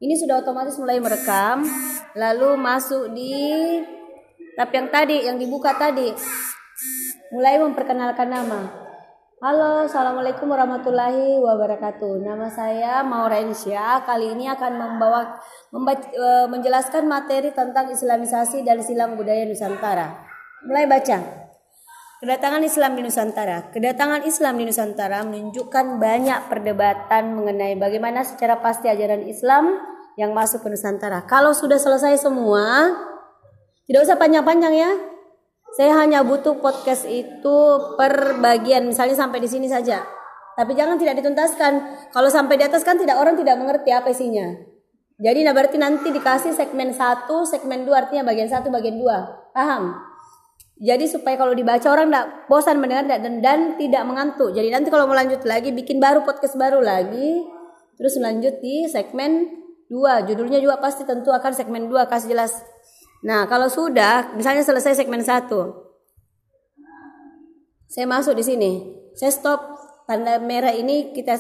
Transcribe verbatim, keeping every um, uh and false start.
Ini sudah otomatis mulai merekam, lalu masuk di tab yang tadi, yang dibuka tadi. Mulai memperkenalkan nama. Halo, assalamualaikum warahmatullahi wabarakatuh. Nama saya Maurensya. Kali ini akan membawa membaca, e, menjelaskan materi tentang Islamisasi dan silang budaya Nusantara. Mulai baca. Kedatangan Islam di Nusantara. Kedatangan Islam di Nusantara menunjukkan banyak perdebatan mengenai bagaimana secara pasti ajaran Islam yang masuk ke Nusantara. Kalau sudah selesai semua, tidak usah panjang-panjang ya. Saya hanya butuh podcast itu per bagian, misalnya sampai di sini saja. Tapi jangan tidak dituntaskan. Kalau sampai di atas kan tidak orang tidak mengerti apa isinya. Jadi nah berarti nanti dikasih segmen satu, segmen dua, artinya bagian satu, bagian dua. Paham? Jadi supaya kalau dibaca orang tidak bosan mendengar dan, dan tidak mengantuk. Jadi nanti kalau mau lanjut lagi, bikin baru podcast baru lagi. Terus lanjut di segmen dua. Judulnya juga pasti tentu akan segmen dua, kasih jelas. Nah, kalau sudah, misalnya selesai segmen satu, saya masuk di sini, saya stop tanda merah ini, kita